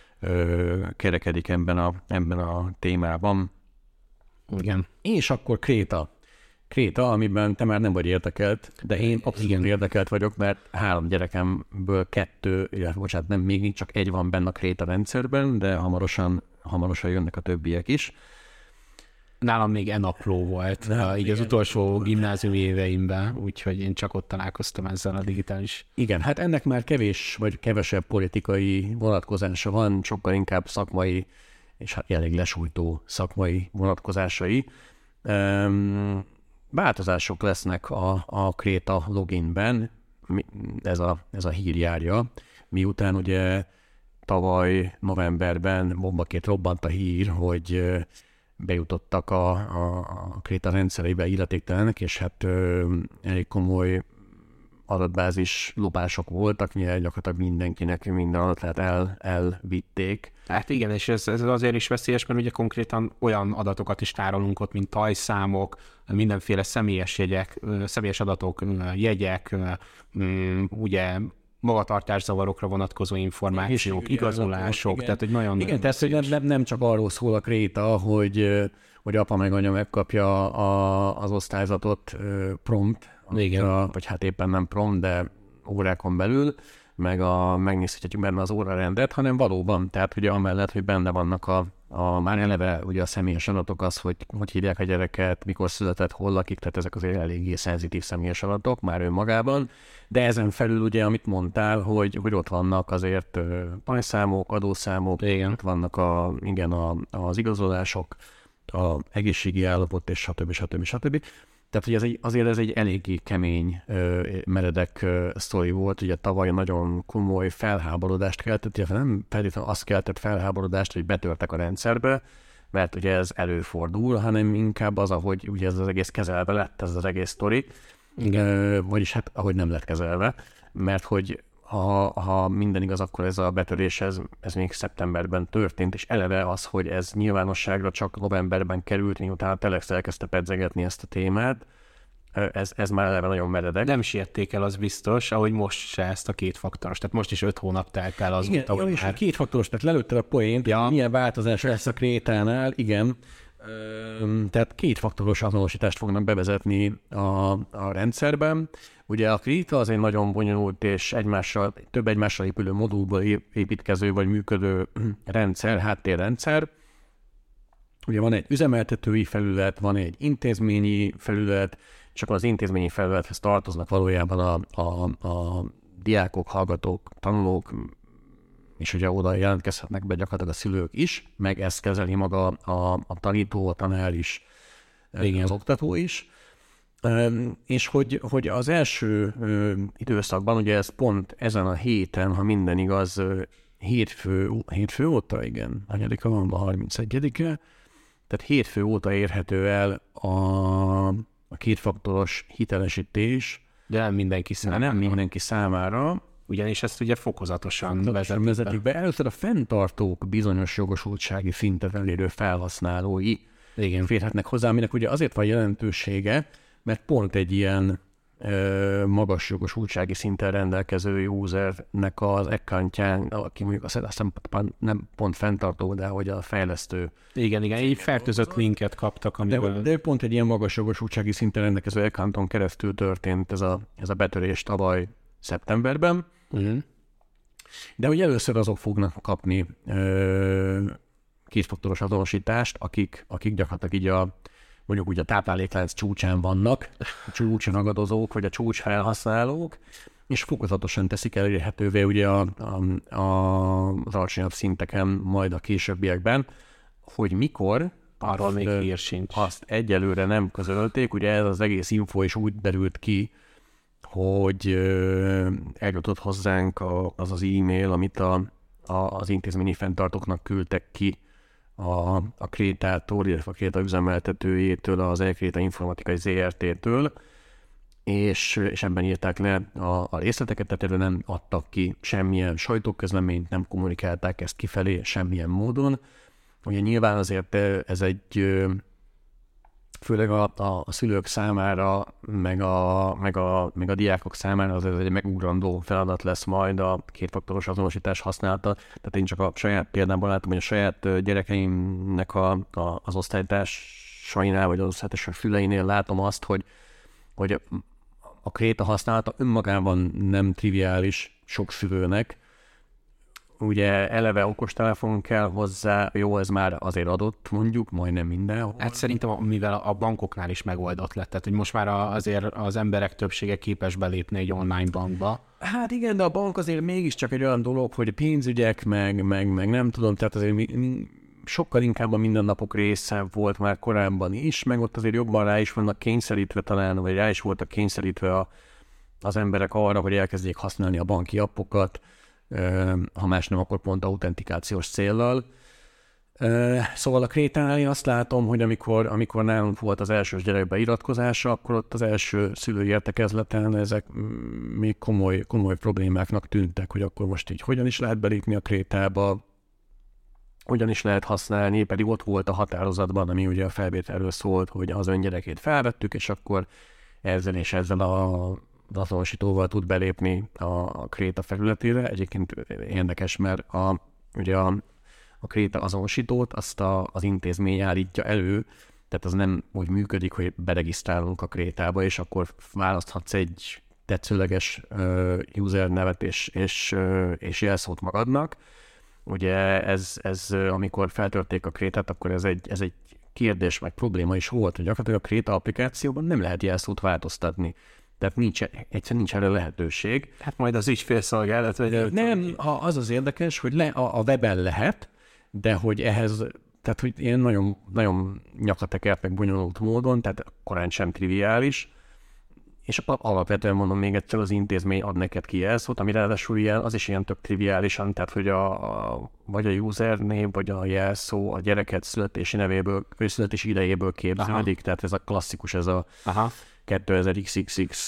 ö, kerekedik ebben a, ebben a témában. Igen. És akkor Kréta. Kréta, amiben te már nem vagy érdekelt, de én abszolút igen. érdekelt vagyok, mert három gyerekemből kettő, illetve bocsánat, nem, még csak egy van benne a Kréta rendszerben, de hamarosan, hamarosan jönnek a többiek is. Nálam még enapló volt, Na, így az utolsó gimnáziumi éveimben, úgyhogy én csak ott találkoztam ezzel a digitális. Igen, hát ennek már kevés vagy kevesebb politikai vonatkozása van, sokkal inkább szakmai, és hát elég lesújtó szakmai vonatkozásai. Um, változások lesznek a, a Kréta loginben, ez a, ez a hír járja, miután ugye tavaly novemberben bombaként robbant a hír, hogy bejutottak a, a, a Kréta rendszerébe illetéktelenek, és hát ö, elég komoly adatbázis lopások voltak, mivel gyakorlatilag mindenkinek minden adatát el, elvitték. Hát igen, és ez, ez azért is veszélyes, mert ugye konkrétan olyan adatokat is tárolunk ott, mint tajszámok, mindenféle személyes jegyek, személyes adatok, jegyek, ugye magatartászavarokra vonatkozó információk, és igazolások, igen. Tehát hogy nagyon... Igen, tehát hogy nem, nem csak arról szól a Kréta, hogy, hogy apa meg anya megkapja a, az osztályzatot prompt, a, vagy hát éppen nem prompt, de órákon belül, meg a, megnézhetjük benne az órarendet, hanem valóban, tehát ugye amellett, hogy benne vannak a, a már eleve ugye a személyes adatok, az, hogy hogy hívják a gyereket, mikor született, hol lakik, tehát ezek azért eléggé szenzitív személyes adatok már önmagában, de ezen felül ugye, amit mondtál, hogy, hogy ott vannak azért pajszámok, adószámok, igen. Ott vannak a, igen, a, az igazolások, a egészségi állapot, és stb. stb. stb. Tehát, hogy ez egy, azért ez egy eléggé kemény, meredek sztori volt, ugye tavaly nagyon komoly felháborodást keltett, illetve nem feltétlenül azt keltett felháborodást, hogy betörtek a rendszerbe, mert ugye ez előfordul, hanem inkább az, ahogy ugye ez az egész kezelve lett, ez az egész sztori, vagyis hát ahogy nem lett kezelve, mert hogy ha, ha minden igaz, akkor ez a betörés, ez, ez még szeptemberben történt, és eleve az, hogy ez nyilvánosságra csak novemberben került, miután a Telex elkezdte pedzegetni ezt a témát, ez, ez már eleve nagyon meredek. Nem siették el, az biztos, ahogy most se ezt a kétfaktoros. Tehát most is öt hónap telt el azóta, igen, hogy és már... kétfaktoros, tehát lelőtted a poént, ja. Milyen változás lesz a Krétánál, igen. Tehát kétfaktoros azonosítást fognak bevezetni a, a rendszerben. Ugye a Kréta az egy nagyon bonyolult és egymással, több egymással épülő modulból építkező vagy működő rendszer, háttérrendszer. Ugye van egy üzemeltetői felület, van egy intézményi felület, és akkor az intézményi felülethez tartoznak valójában a, a, a diákok, hallgatók, tanulók, és ugye oda jelentkezhetnek be gyakorlatilag a szülők is, meg ezt kezeli maga a, a tanító, a tanár is, igen. Az oktató is. És hogy, hogy az első időszakban, ugye ez pont ezen a héten, ha minden igaz, hétfő, hétfő óta, igen, hanyadika van, a harmincegyedike, tehát hétfő óta érhető el a, a kétfaktoros hitelesítés. De nem mindenki számára. Nem mindenki számára. Ugyanis ezt ugye fokozatosan vezetik, vezetik be. be. Először a fenntartók bizonyos jogosultsági szintet elérő felhasználói igen. férhetnek hozzá, aminek ugye azért van jelentősége, mert pont egy ilyen ö, magas jogosultsági szinten rendelkező usernek az accountján, aki mondjuk azt hiszem nem pont fenntartó, de hogy a fejlesztő. Igen, igen, így fertőzött linket kaptak. Amiből... De, de pont egy ilyen magas jogosultsági szinten rendelkező accounton keresztül történt ez a, ez a betörés tavaly szeptemberben. Uh-huh. De hogy először azok fognak kapni ö, kétfaktoros azonosítást, akik, akik gyakorlatilag így a mondjuk úgy a tápláléklánc csúcsán vannak, a csúcson agadozók, vagy a csúcs felhasználók, és fokozatosan teszik elérhetővé ugye a, a, a, az alacsonyabb szinteken, majd a későbbiekben, hogy mikor, arról még hír sincs. Azt egyelőre nem közölték, ugye ez az egész info is úgy derült ki, hogy eljutott hozzánk a, az az e-mail, amit a, a, az intézményi fenntartóknak küldtek ki a, a Krétától, illetve a Kréta üzemeltetőjétől, az E-Kréta Informatikai zé er té-től, és, és ebben írták le a, a részleteket, tehát erről nem adtak ki semmilyen sajtóközleményt, nem kommunikálták ezt kifelé semmilyen módon. Ugye nyilván azért ez egy, főleg a, a, a szülők számára, meg a, meg, a, meg a diákok számára az egy megugrandó feladat lesz majd a kétfaktoros azonosítás használata. Tehát én csak a saját példámban látom, hogy a saját gyerekeimnek a, a, az osztálytárs számosainál, vagy adószetes a füleinél látom azt, hogy, hogy a kréta használata önmagában nem triviális sok szülőnek. Ugye eleve okostelefon kell hozzá, jó, ez már azért adott, mondjuk, majdnem mindenhol. Hát szerintem, mivel a bankoknál is megoldott lett, tehát hogy most már azért az emberek többsége képes belépni egy online bankba. Hát igen, de a bank azért mégiscsak egy olyan dolog, hogy pénzügyek, meg, meg, meg nem tudom, tehát azért mi, mi, sokkal inkább a mindennapok része volt már korábban is, meg ott azért jobban rá is vannak kényszerítve talán, vagy rá is voltak kényszerítve a, az emberek arra, hogy elkezdjék használni a banki appokat, ha más nem, akkor pont autentikációs céllal. Szóval a krétánál én azt látom, hogy amikor, amikor nálunk volt az első gyerek beiratkozása, akkor ott az első szülői értekezleten ezek még komoly, komoly problémáknak tűntek, hogy akkor most így hogyan is lehet belépni a krétába, hogyan is lehet használni, pedig ott volt a határozatban, ami ugye a felvételről szólt, hogy az ön gyerekét felvettük, és akkor ezzel és ezzel a azonosítóval tud belépni a, a kréta felületére. Egyébként érdekes, mert a, ugye a, a kréta azonosítót azt a, az intézmény állítja elő, tehát az nem úgy működik, hogy beregisztrálunk a krétába, és akkor választhatsz egy tetszőleges uh, user nevet és, és, uh, és jelszót magadnak. Ugye ez, ez amikor feltörték a krétát, akkor ez egy, ez egy kérdés, meg probléma is volt, hogy gyakorlatilag a kréta applikációban nem lehet jelszót változtatni. Tehát nincs, egyszerűen nincs erre lehetőség. Hát majd az ügyfélszolgálat, vagy... Nem, ha az az érdekes, hogy le, a, a weben lehet, de hogy ehhez, tehát hogy ilyen nagyon, nagyon nyakatekert, meg bonyolult módon, tehát korán sem triviális, és alapvetően mondom még egyszer, az intézmény ad neked ki jelszót, ami ráadásul ilyen, az is ilyen tök triviálisan, tehát hogy a, a, vagy a usernév, vagy a jelszó a gyereket születési nevéből, vagy születési idejéből képződik, tehát ez a klasszikus, ez a Aha. kétezer iksz iksz iksz,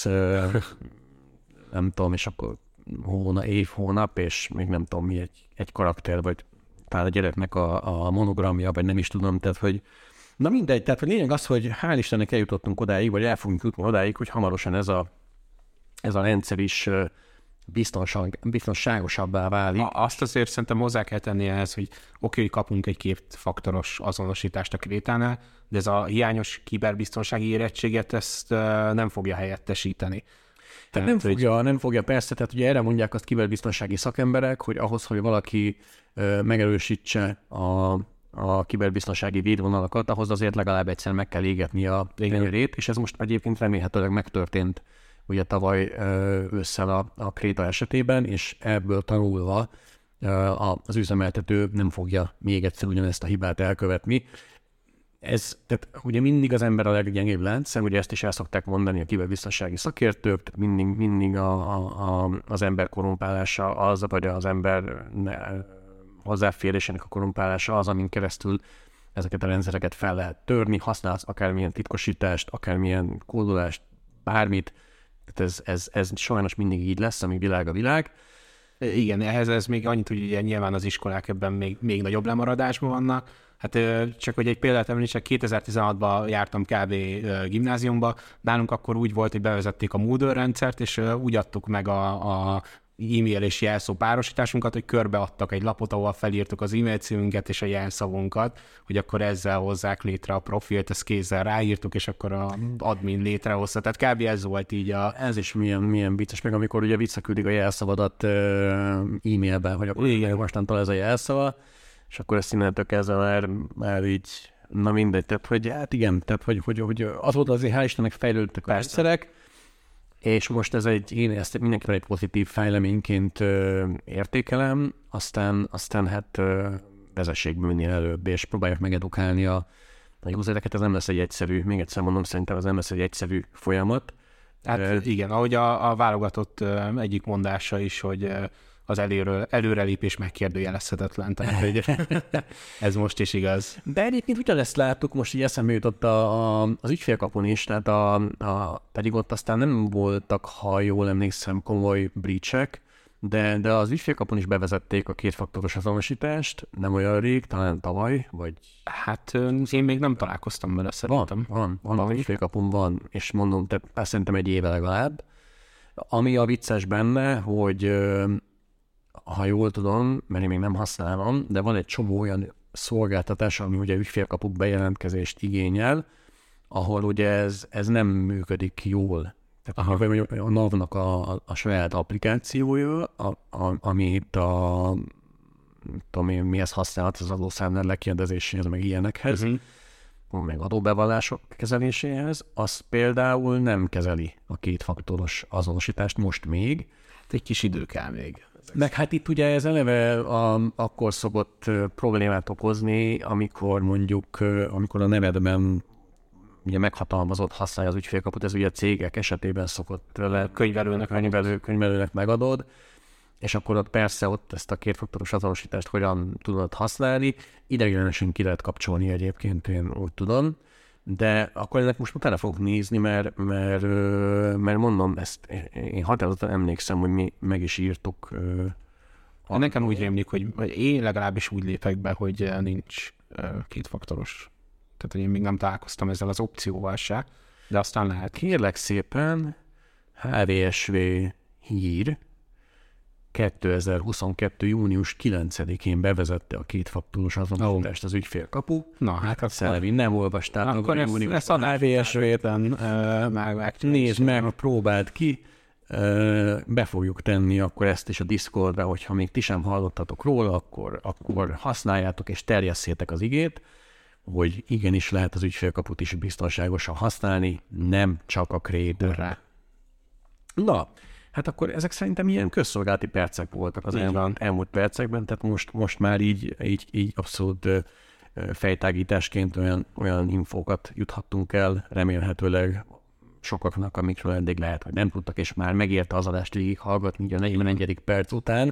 nem tudom, és akkor hóna, év, hónap, és még nem tudom mi, egy, egy karakter, vagy talán a gyereknek a, a monogramja, vagy nem is tudom, tehát hogy na mindegy, tehát a lényeg az, hogy hál' Istennek eljutottunk odáig, vagy el fogunk jutni odáig, hogy hamarosan ez a, ez a rendszer is biztonság, biztonságosabbá válik. A, azt azért szerintem hozzá kell tenni ehhez, hogy oké, hogy kapunk egy kétfaktoros azonosítást a krétánál, de ez a hiányos kiberbiztonsági érettséget ezt uh, nem fogja helyettesíteni. Tehát, tehát nem, hogy... fogja, nem fogja, persze, tehát ugye erre mondják azt kiberbiztonsági szakemberek, hogy ahhoz, hogy valaki uh, megerősítse a a kiberbiztonsági védvonalakat, ahhoz azért legalább egyszer meg kell égetni a tenyerét, és ez most egyébként remélhetőleg megtörtént ugye tavaly ősszel a, a kréta esetében, és ebből tanulva az üzemeltető nem fogja még egyszer ugyanezt a hibát elkövetni. Ez, tehát ugye mindig az ember a leggyengébb láncszem, ugye ezt is el szokták mondani a kiberbiztonsági szakértők, tehát mindig, mindig a, a, a, az ember korrumpálása az, vagy az ember ne, hozzáférésének a korrumpálása az, amin keresztül ezeket a rendszereket fel lehet törni, használsz akármilyen titkosítást, akármilyen kódolást, bármit. Tehát ez, ez, ez sajnos mindig így lesz, amíg világ a világ. Igen, ehhez ez még annyit, hogy ugye nyilván az iskolák ebben még, még nagyobb lemaradásban vannak. Hát csak hogy egy példát említsek, kétezer-tizenhatban jártam kb. Gimnáziumba, nálunk akkor úgy volt, hogy bevezették a Moodle rendszert, és úgy adtuk meg a, a e-mail és jelszó párosításunkat, hogy körbeadtak egy lapot, ahol felírtuk az e-mail címünket és a jelszavunkat, hogy akkor ezzel hozzák létre a profilt, ezt kézzel ráírtuk, és akkor az admin létrehozta. Tehát kb. Ez volt így a... Ez is milyen, milyen vicces, meg amikor ugye visszaküldik a jelszavadat e-mailbe, hogy akkor igen, mostantól ez a jelszava, és akkor ezt innentől kezdve már, már így, na mindegy, tehát hogy hát igen, tehát hogy, hogy, hogy azóta azért hál' Istennek fejlődtek a rendszerek, és most ez egy, én ezt mindenképpen egy pozitív fejleményként ö, értékelem, aztán, aztán hát ö, vezessék be minél előbb, és próbálják megedukálni a, a usereket, ez nem lesz egy egyszerű, még egyszer mondom, szerintem ez nem lesz egy egyszerű folyamat. Hát ö, igen, ahogy a, a válogatott ö, egyik mondása is, hogy ö, az előről, előrelépés megkérdőjelezhetetlen, tehát hogy ez most is igaz. De egyébként ugyanezt láttuk, most így eszembe jutott a, a, az ügyfélkapun is, tehát a, a, pedig ott aztán nem voltak, ha jól emlékszem, komoly breach-ek, de, de az ügyfélkapun is bevezették a kétfaktoros azonosítást, nem olyan rég, talán tavaly, vagy... Hát én még nem találkoztam vele, szerintem. Van, van, van, az ügyfélkapun van, és mondom, tehát szerintem egy éve legalább. Ami a vicces benne, hogy... ha jól tudom, mert én még nem használom, de van egy csomó olyan szolgáltatás, ami ugye ügyfélkapuk bejelentkezést igényel, ahol ugye ez, ez nem működik jól. Tehát a NAV-nak a, a saját applikációja, a, a, ami itt a tudom én, mihez használhat az adószámlál lekérdezéséhez, meg ilyenekhez, uh-huh. meg adóbevallások kezeléséhez, az például nem kezeli a kétfaktoros azonosítást most még. Egy kis idő kell még. Meg hát itt ugye ez eleve a, akkor szokott problémát okozni, amikor mondjuk, amikor a nevedben ugye meghatalmazott használja az ügyfélkaput, ez ugye a cégek esetében szokott le könyvelőnek, könyvelő, könyvelőnek megadod, és akkor ott persze ott ezt a kétfaktoros azonosítást hogyan tudod használni, ideiglenesen ki lehet kapcsolni egyébként, én úgy tudom, de akkor ennek most utána fogok nézni, mert, mert, mert mondom, ezt én határozottan emlékszem, hogy mi meg is írtuk. A... Nekem úgy rémlik, hogy én legalábbis úgy lépek be, hogy nincs kétfaktoros. Tehát, hogy én még nem találkoztam ezzel az opcióval se, de aztán lehet. Kérlek szépen, há vé es vé hír kétezer-huszonkettő. június kilencedikén bevezette a kétfaktoros azonosítást az ügyfélkapu. Na, hát akkor... Szelvi, nem olvastál. Akkor ezt, ezt a há vé es vé-ten uh, meg nézd meg, próbáld ki, uh, be fogjuk tenni akkor ezt is a Discordra, hogyha még ti sem hallottatok róla, akkor, akkor használjátok és terjesszétek az igét, hogy igenis lehet az ügyfélkaput is biztonságosan használni, nem csak a Creatorre. Na, hát akkor ezek szerintem ilyen közszolgálati percek voltak az elmúlt, elmúlt percekben, tehát most, most már így, így, így abszolút fejtágításként olyan, olyan infókat juthattunk el, remélhetőleg sokaknak, amikről eddig lehet, hogy nem tudtak, és már megérte az adást végighallgatni, így a negyvenegyedik perc után.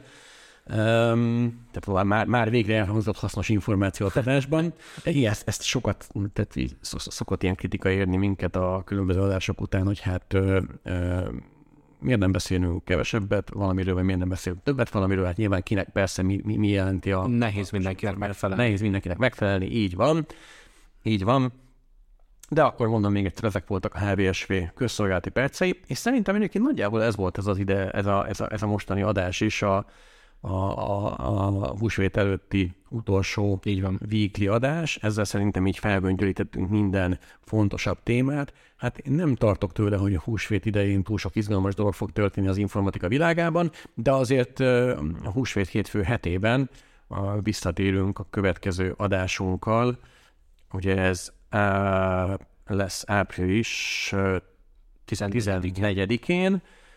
Um, tehát már, már végre elhangzott hasznos információ a adásban. Ezt, ezt sokat, tehát így szokott ilyen kritika érni minket a különböző adások után, hogy hát ö, ö, miért nem beszélünk kevesebbet valamiről, vagy miért nem beszélünk többet valamiről, hát nyilván kinek persze mi, mi, mi jelenti a... Nehéz mindenkinek megfelelni. Nehéz mindenkinek megfelelni, így van. Így van. De akkor mondom még egyszer, ezek voltak a há vé es vé közszolgálati percei, és szerintem egyébként nagyjából ez volt ez az ide, ez a, ez a, ez a mostani adás is, a A, a, a húsvét előtti utolsó így van. Weekly adás. Ezzel szerintem így felgöngyölítettünk minden fontosabb témát. Hát én nem tartok tőle, hogy a húsvét idején túl sok izgalmas dolog fog történni az informatika világában, de azért a húsvét hétfő hetében visszatérünk a következő adásunkkal. Ugye ez á, lesz április tizennegyedikén,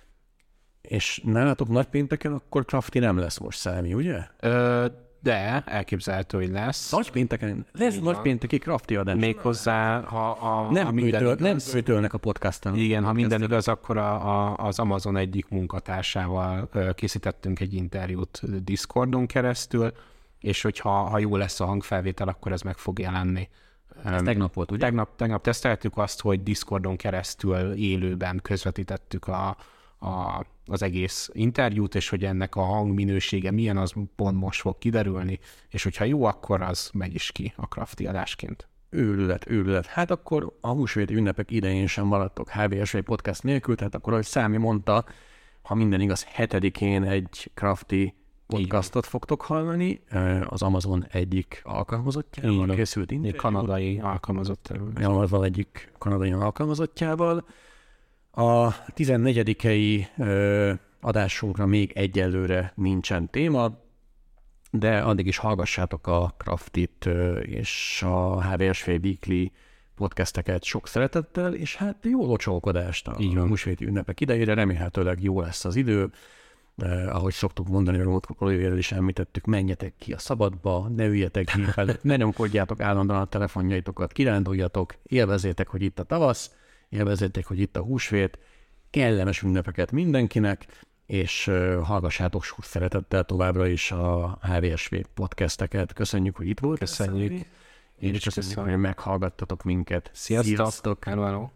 és nálatok nagypénteken akkor Crafty nem lesz most Számi, ugye? Ö, de elképzelhető, hogy lesz. Nagypénteken lesz nagypénteki Crafty adás. Méghozzá, ha a... Nem, ha minden nem főtölnek a podcasten. Igen, ha minden igaz, akkor a, a, az Amazon egyik munkatársával készítettünk egy interjút Discordon keresztül, és hogyha ha jó lesz a hangfelvétel, akkor ez meg fog jelenni. Ez tegnap volt, ugye? Tegnap, tegnap teszteltük azt, hogy Discordon keresztül élőben közvetítettük a, a, az egész interjút, és hogy ennek a hangminősége milyen, az pont most fog kiderülni, és hogyha jó, akkor az megy is ki a Crafty adásként. Őrület, őrület. Hát akkor a húsvéti ünnepek idején sem maradtok há vé es vé podcast nélkül, tehát akkor, ahogy Számi mondta, ha minden igaz, hetedikén egy Crafty podcastot fogtok hallani, az Amazon egyik alkalmazottjával készült interjú. Kanadai alkalmazottjával. Amazon egyik kanadai alkalmazottjával. A tizennegyedikei adásunkra még egyelőre nincsen téma, de addig is hallgassátok a Craftit és a há vé es vé Weekly podcasteket sok szeretettel, és hát jó locsolkodást a húsvéti ünnepek idejére, remélhetőleg jó lesz az idő. Eh, ahogy szoktuk mondani, a múltkor is említettük, menjetek ki a szabadba, ne üljetek ki előtt, ne nyomkodjátok állandóan a telefonjaitokat, kiránduljatok, élvezzétek, hogy itt a tavasz, élvezzétek, hogy itt a húsvét, kellemes ünnepeket mindenkinek, és uh, hallgassátok sok szeretettel továbbra is a há vé es vé podcasteket. Köszönjük, hogy itt volt. Köszönjük. Én is köszönjük, hogy meghallgattatok minket. Sziasztok. Sziasztok. Hello, hello.